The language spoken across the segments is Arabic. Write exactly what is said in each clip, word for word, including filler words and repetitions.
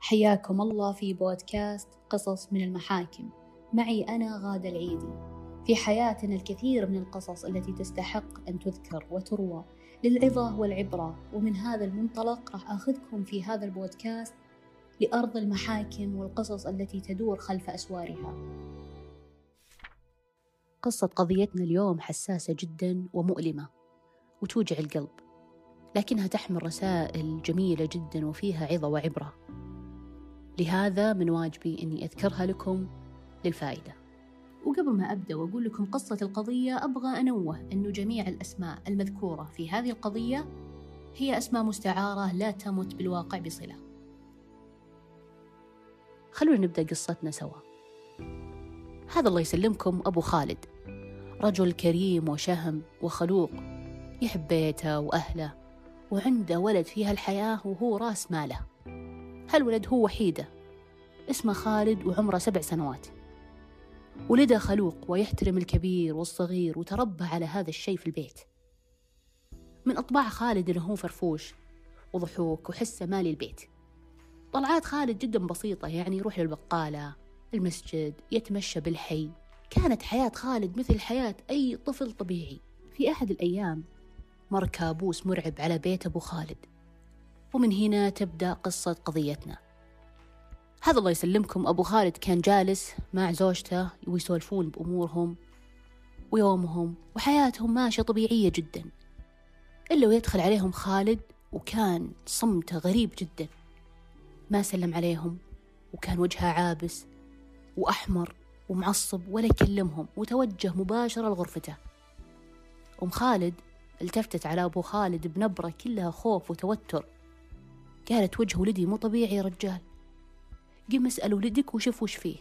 حياكم الله في بودكاست قصص من المحاكم. معي أنا غادة العيدي. في حياتنا الكثير من القصص التي تستحق أن تذكر وتروى للعظة والعبرة، ومن هذا المنطلق راح أخذكم في هذا البودكاست لأرض المحاكم والقصص التي تدور خلف أسوارها. قصة قضيتنا اليوم حساسة جدا ومؤلمة وتوجع القلب، لكنها تحمل رسائل جميلة جدا وفيها عظة وعبرة، لهذا من واجبي أني أذكرها لكم للفائدة. وقبل ما أبدأ وأقول لكم قصة القضية، أبغى أنوه أنه جميع الأسماء المذكورة في هذه القضية هي أسماء مستعارة لا تمت بالواقع بصلة. خلونا نبدأ قصتنا سوا. هذا الله يسلمكم أبو خالد، رجل كريم وشهم وخلوق، يحب بيته وأهله، وعنده ولد في هالحياة وهو راس ماله. هالولد هو وحيده، اسمه خالد وعمره سبع سنوات. ولده خلوق ويحترم الكبير والصغير، وتربى على هذا الشيء في البيت. من أطباع خالد إنه هو فرفوش وضحوك وحسه مالي البيت. طلعات خالد جدا بسيطة، يعني يروح للبقالة، المسجد، يتمشى بالحي. كانت حياة خالد مثل حياة أي طفل طبيعي. في أحد الأيام مر كابوس مرعب على بيت أبو خالد، ومن هنا تبدأ قصة قضيتنا. هذا الله يسلمكم أبو خالد كان جالس مع زوجته ويسولفون بأمورهم ويومهم وحياتهم ماشية طبيعية جدا، إلا ويدخل عليهم خالد، وكان صمته غريب جدا. ما سلم عليهم، وكان وجهه عابس وأحمر ومعصب، ولا يكلمهم، وتوجه مباشرة لغرفته. أم خالد التفتت على أبو خالد بنبرة كلها خوف وتوتر، قالت: وجه ولدي مو طبيعي يا رجال، قم اسأل ولدك وشوف وش فيه.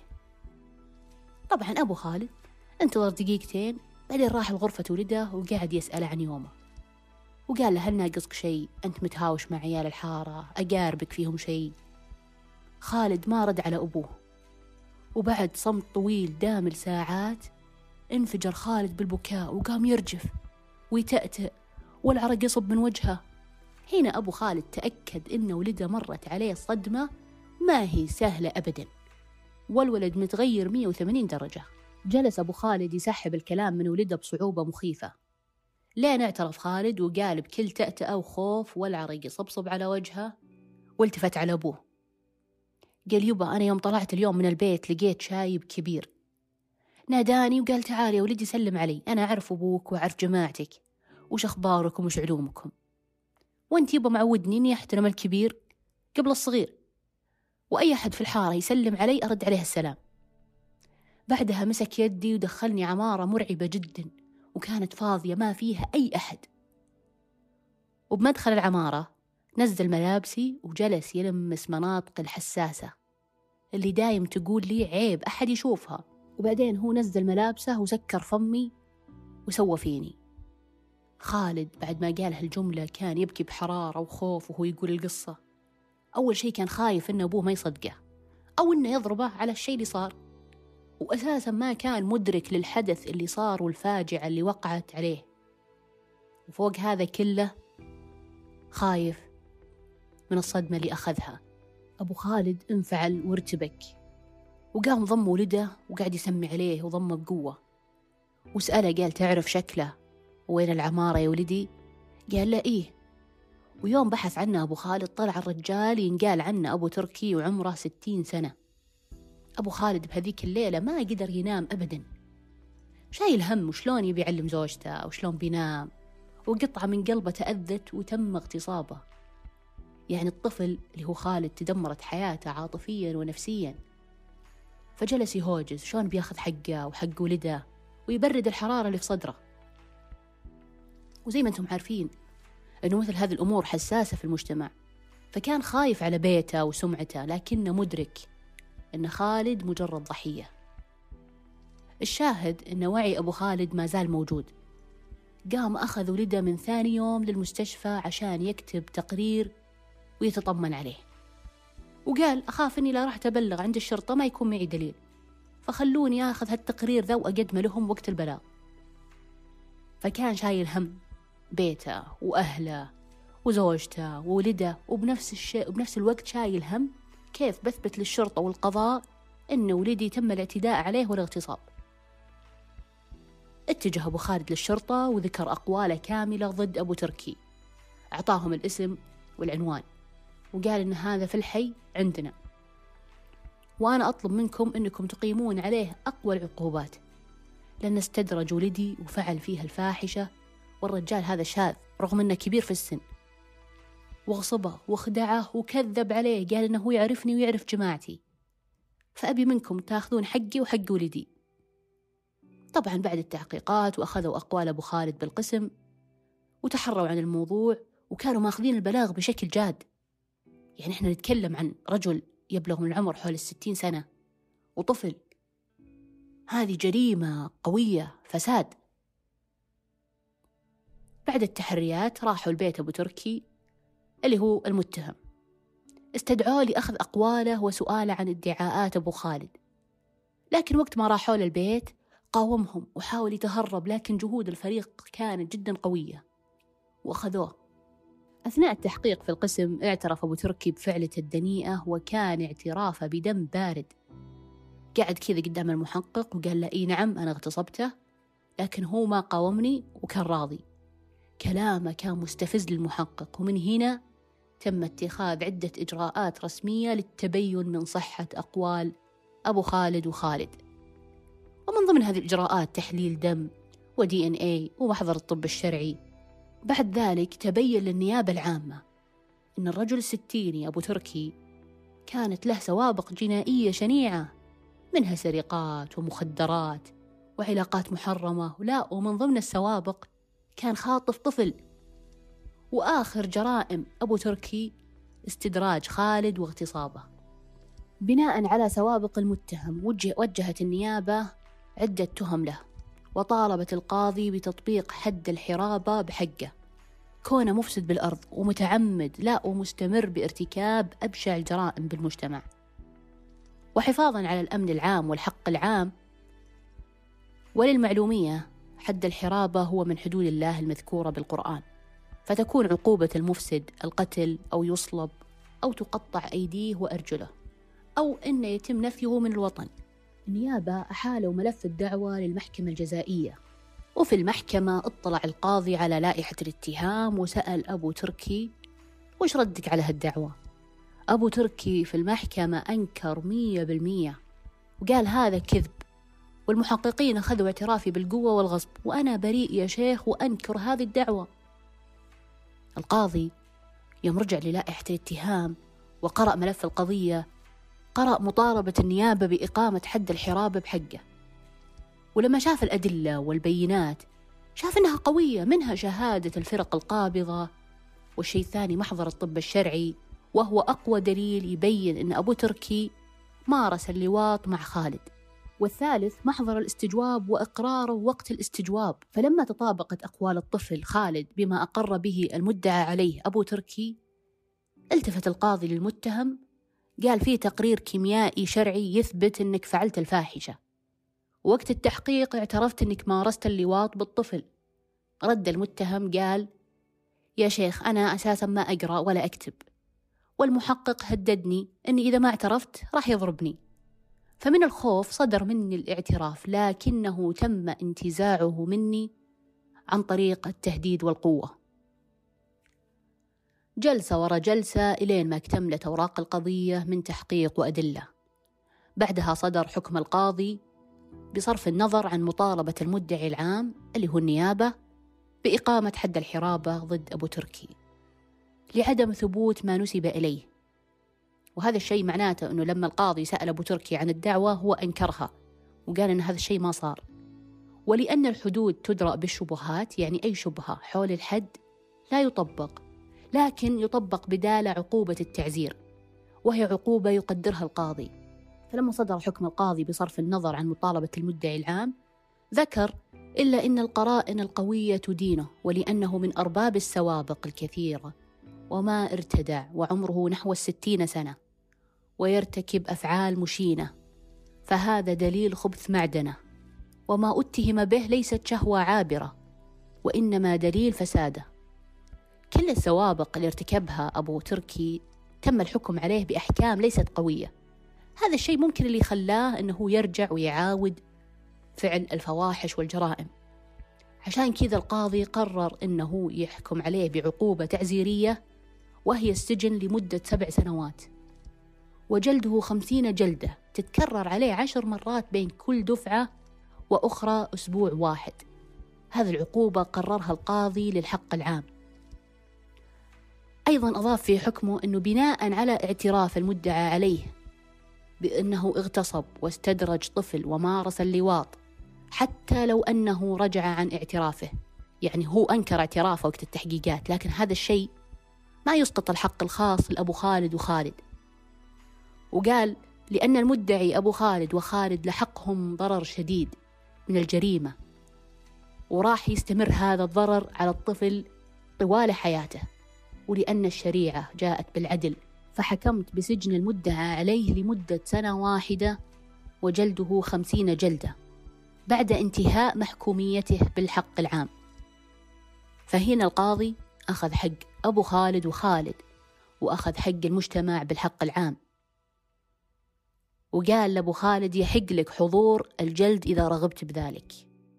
طبعا أبو خالد انتظر دقيقتين، بعدين راح لغرفة ولده وقاعد يسأله عن يومه، وقال له: هل ناقصك شيء؟ أنت متهاوش مع عيال الحارة؟ أقاربك فيهم شيء؟ خالد ما رد على أبوه، وبعد صمت طويل دام لساعات انفجر خالد بالبكاء، وقام يرجف ويتأتأ والعرق يصب من وجهه. هنا أبو خالد تأكد إن ولده مرت عليه صدمة ما هي سهلة أبدا، والولد متغير مية وثمانين درجة. جلس أبو خالد يسحب الكلام من ولده بصعوبة مخيفة، لين اعترف خالد وقال بكل تأتأة وخوف والعرق يصبصب على وجهه، والتفت على أبوه قال: يبا، أنا يوم طلعت اليوم من البيت لقيت شايب كبير ناداني وقال: تعال يا ولدي سلم علي، أنا أعرف أبوك وأعرف جماعتك وش أخباركم وش علومكم، وانت يبا معودني إني أحترم الكبير قبل الصغير، وأي أحد في الحارة يسلم علي أرد عليه السلام. بعدها مسك يدي ودخلني عمارة مرعبة جدا، وكانت فاضية ما فيها أي أحد. وبمدخل العمارة نزل ملابسي وجلس يلمس مناطق الحساسة اللي دايم تقول لي عيب أحد يشوفها. وبعدين هو نزل ملابسه وسكر فمي وسوى فيني. خالد بعد ما قال هالجملة كان يبكي بحرارة وخوف وهو يقول القصة. أول شيء كان خايف إن أبوه ما يصدقه أو إنه يضربه على الشيء اللي صار، وأساسا ما كان مدرك للحدث اللي صار والفاجعة اللي وقعت عليه. وفوق هذا كله خايف من الصدمة اللي أخذها. أبو خالد انفعل وارتبك، وقام ضم ولده وقاعد يسمي عليه وضمه بقوة، وسأله قال: تعرف شكله وين العمارة يا ولدي؟ قال له: إيه. ويوم بحث عنه أبو خالد طلع الرجال ينقال عنه أبو تركي وعمره ستين سنة. أبو خالد بهذيك الليلة ما قدر ينام أبدا، شايل هم وشلون يبي يعلم زوجته وشلون بينام، وقطعة من قلبه تأذت وتم اغتصابه. يعني الطفل اللي هو خالد تدمرت حياته عاطفيا ونفسيا. فجلس يهوجس شلون بياخذ حقه وحق ولده ويبرد الحرارة اللي في صدره. وزي ما أنتم عارفين أنه مثل هذه الأمور حساسة في المجتمع، فكان خايف على بيته وسمعته، لكنه مدرك أن خالد مجرد ضحية. الشاهد أن وعي أبو خالد ما زال موجود. قام أخذ ولده من ثاني يوم للمستشفى عشان يكتب تقرير ويتطمن عليه، وقال: أخاف أني لا راح أبلغ عند الشرطة ما يكون معي دليل، فخلوني أخذ هالتقرير ذا وأقدمه لهم وقت البلاغ. فكان شايل هم بيته وأهله وزوجته وولده، وبنفس الشيء وبنفس الوقت شايل هم كيف بثبت للشرطة والقضاء أن ولدي تم الاعتداء عليه والاغتصاب. اتجه أبو خالد للشرطة وذكر أقواله كاملة ضد أبو تركي، أعطاهم الاسم والعنوان وقال إن هذا في الحي عندنا، وأنا أطلب منكم أنكم تقيمون عليه أقوى العقوبات، لأن استدرج ولدي وفعل فيها الفاحشة، والرجال هذا شاذ رغم أنه كبير في السن، وغصبه وخدعه وكذب عليه، قال أنه هو يعرفني ويعرف جماعتي، فأبي منكم تاخذون حقي وحق ولدي. طبعا بعد التحقيقات وأخذوا أقوال أبو خالد بالقسم وتحروا عن الموضوع، وكانوا ماخذين البلاغ بشكل جاد. يعني إحنا نتكلم عن رجل يبلغ من العمر حول الستين سنة وطفل، هذه جريمة قوية، فساد. بعد التحريات راحوا البيت أبو تركي اللي هو المتهم، استدعوه لأخذ أقواله وسؤاله عن ادعاءات أبو خالد، لكن وقت ما راحوا للبيت قاومهم وحاول يتهرب، لكن جهود الفريق كانت جدا قوية وأخذوه. أثناء التحقيق في القسم اعترف أبو تركي بفعلته الدنيئة، وكان اعترافه بدم بارد. قعد كذا قدام المحقق وقال له إيه نعم أنا اغتصبته، لكن هو ما قاومني وكان راضي. كلامه كان مستفز للمحقق، ومن هنا تم اتخاذ عدة إجراءات رسمية للتبين من صحة أقوال أبو خالد وخالد، ومن ضمن هذه الإجراءات تحليل دم ودي إن إيه ومحضر الطب الشرعي. بعد ذلك تبين للنيابة العامة أن الرجل الستيني أبو تركي كانت له سوابق جنائية شنيعة، منها سرقات ومخدرات وعلاقات محرمة، ولا ومن ضمن السوابق كان خاطف طفل. وآخر جرائم أبو تركي استدراج خالد واغتصابه. بناء على سوابق المتهم وجه وجهت النيابة عدة تهم له، وطالبت القاضي بتطبيق حد الحرابة بحقه، كونه مفسد بالأرض ومتعمد لا ومستمر بارتكاب أبشع الجرائم بالمجتمع. وحفاظا على الأمن العام والحق العام، وللمعلومية حد الحرابة هو من حدود الله المذكورة بالقرآن، فتكون عقوبة المفسد القتل أو يصلب أو تقطع أيديه وأرجله أو أن يتم نفيه من الوطن. النيابة أحالوا ملف الدعوة للمحكمة الجزائية، وفي المحكمة اطلع القاضي على لائحة الاتهام وسأل أبو تركي وش ردك على هالدعوة؟ أبو تركي في المحكمة أنكر مية بالمية وقال هذا كذب، والمحققين أخذوا اعترافي بالقوة والغصب وأنا بريء يا شيخ وأنكر هذه الدعوة. القاضي يوم رجع للائحة الاتهام وقرأ ملف القضية قرأ مطالبة النيابة بإقامة حد الحرابة بحقه، ولما شاف الأدلة والبينات شاف أنها قوية، منها شهادة الفرق القابضة، والشيء الثاني محضر الطب الشرعي وهو أقوى دليل يبين أن أبو تركي مارس اللواط مع خالد، والثالث محضر الاستجواب وإقراره وقت الاستجواب. فلما تطابقت أقوال الطفل خالد بما أقر به المدعى عليه أبو تركي، التفت القاضي للمتهم قال فيه تقرير كيميائي شرعي يثبت أنك فعلت الفاحشة، وقت التحقيق اعترفت أنك مارست اللواط بالطفل. رد المتهم قال يا شيخ أنا أساسا ما أقرأ ولا أكتب، والمحقق هددني أني إذا ما اعترفت راح يضربني، فمن الخوف صدر مني الاعتراف، لكنه تم انتزاعه مني عن طريق التهديد والقوة. جلسة ورا جلسة إلين ما اكتملت أوراق القضية من تحقيق وأدلة. بعدها صدر حكم القاضي بصرف النظر عن مطالبة المدعي العام اللي هو النيابة بإقامة حد الحرابة ضد أبو تركي لعدم ثبوت ما نسب إليه. وهذا الشيء معناته أنه لما القاضي سأل أبو تركي عن الدعوة هو أنكرها وقال أن هذا الشيء ما صار، ولأن الحدود تدرأ بالشبهات، يعني أي شبهة حول الحد لا يطبق، لكن يطبق بدالة عقوبة التعزير، وهي عقوبة يقدرها القاضي. فلما صدر حكم القاضي بصرف النظر عن مطالبة المدعي العام ذكر إلا إن القرائن القوية تدينه، ولأنه من أرباب السوابق الكثيرة وما ارتدع وعمره نحو الستين سنة ويرتكب أفعال مشينة، فهذا دليل خبث معدنه، وما اتهم به ليست شهوة عابرة وإنما دليل فساده. كل السوابق اللي ارتكبها أبو تركي تم الحكم عليه بأحكام ليست قوية. هذا الشيء ممكن اللي خلاه أنه يرجع ويعاود فعل الفواحش والجرائم. عشان كذا القاضي قرر أنه يحكم عليه بعقوبة تعزيرية، وهي السجن لمدة سبع سنوات، وجلده خمسين جلدة تتكرر عليه عشر مرات بين كل دفعة وأخرى أسبوع واحد. هذه العقوبة قررها القاضي للحق العام. أيضا أضاف في حكمه أنه بناء على اعتراف المدعى عليه بأنه اغتصب واستدرج طفل ومارس اللواط، حتى لو أنه رجع عن اعترافه، يعني هو أنكر اعترافه وقت التحقيقات، لكن هذا الشيء ما يسقط الحق الخاص لأبو خالد وخالد. وقال لأن المدعي أبو خالد وخالد لحقهم ضرر شديد من الجريمة، وراح يستمر هذا الضرر على الطفل طوال حياته، ولأن الشريعة جاءت بالعدل فحكمت بسجن المدعى عليه لمدة سنة واحدة وجلده خمسين جلدة بعد انتهاء محكوميته بالحق العام. فهنا القاضي أخذ حق أبو خالد وخالد، وأخذ حق المجتمع بالحق العام، وقال لأبو خالد يحق لك حضور الجلد إذا رغبت بذلك.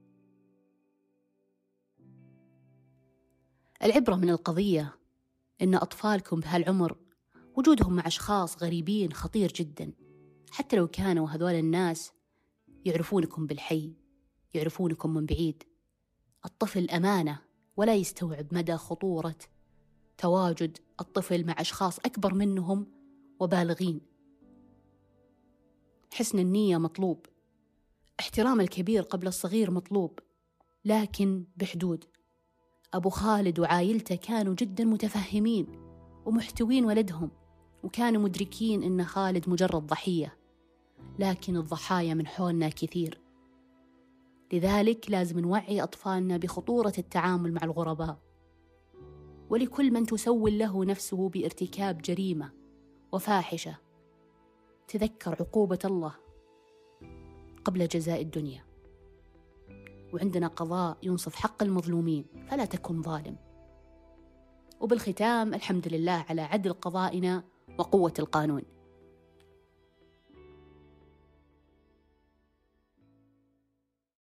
العبرة من القضية إن أطفالكم بهالعمر وجودهم مع أشخاص غريبين خطير جدا، حتى لو كانوا هذول الناس يعرفونكم بالحي، يعرفونكم من بعيد. الطفل أمانة ولا يستوعب مدى خطورة تواجد الطفل مع أشخاص أكبر منهم وبالغين. حسن النية مطلوب، احترام الكبير قبل الصغير مطلوب، لكن بحدود. أبو خالد وعائلته كانوا جدا متفهمين ومحتوين ولدهم، وكانوا مدركين إن خالد مجرد ضحية، لكن الضحايا من حولنا كثير. لذلك لازم نوعي أطفالنا بخطورة التعامل مع الغرباء، ولكل من تسول له نفسه بارتكاب جريمة وفاحشة تذكر عقوبة الله قبل جزاء الدنيا، وعندنا قضاء ينصف حق المظلومين، فلا تكن ظالم. وبالختام الحمد لله على عدل قضائنا وقوة القانون.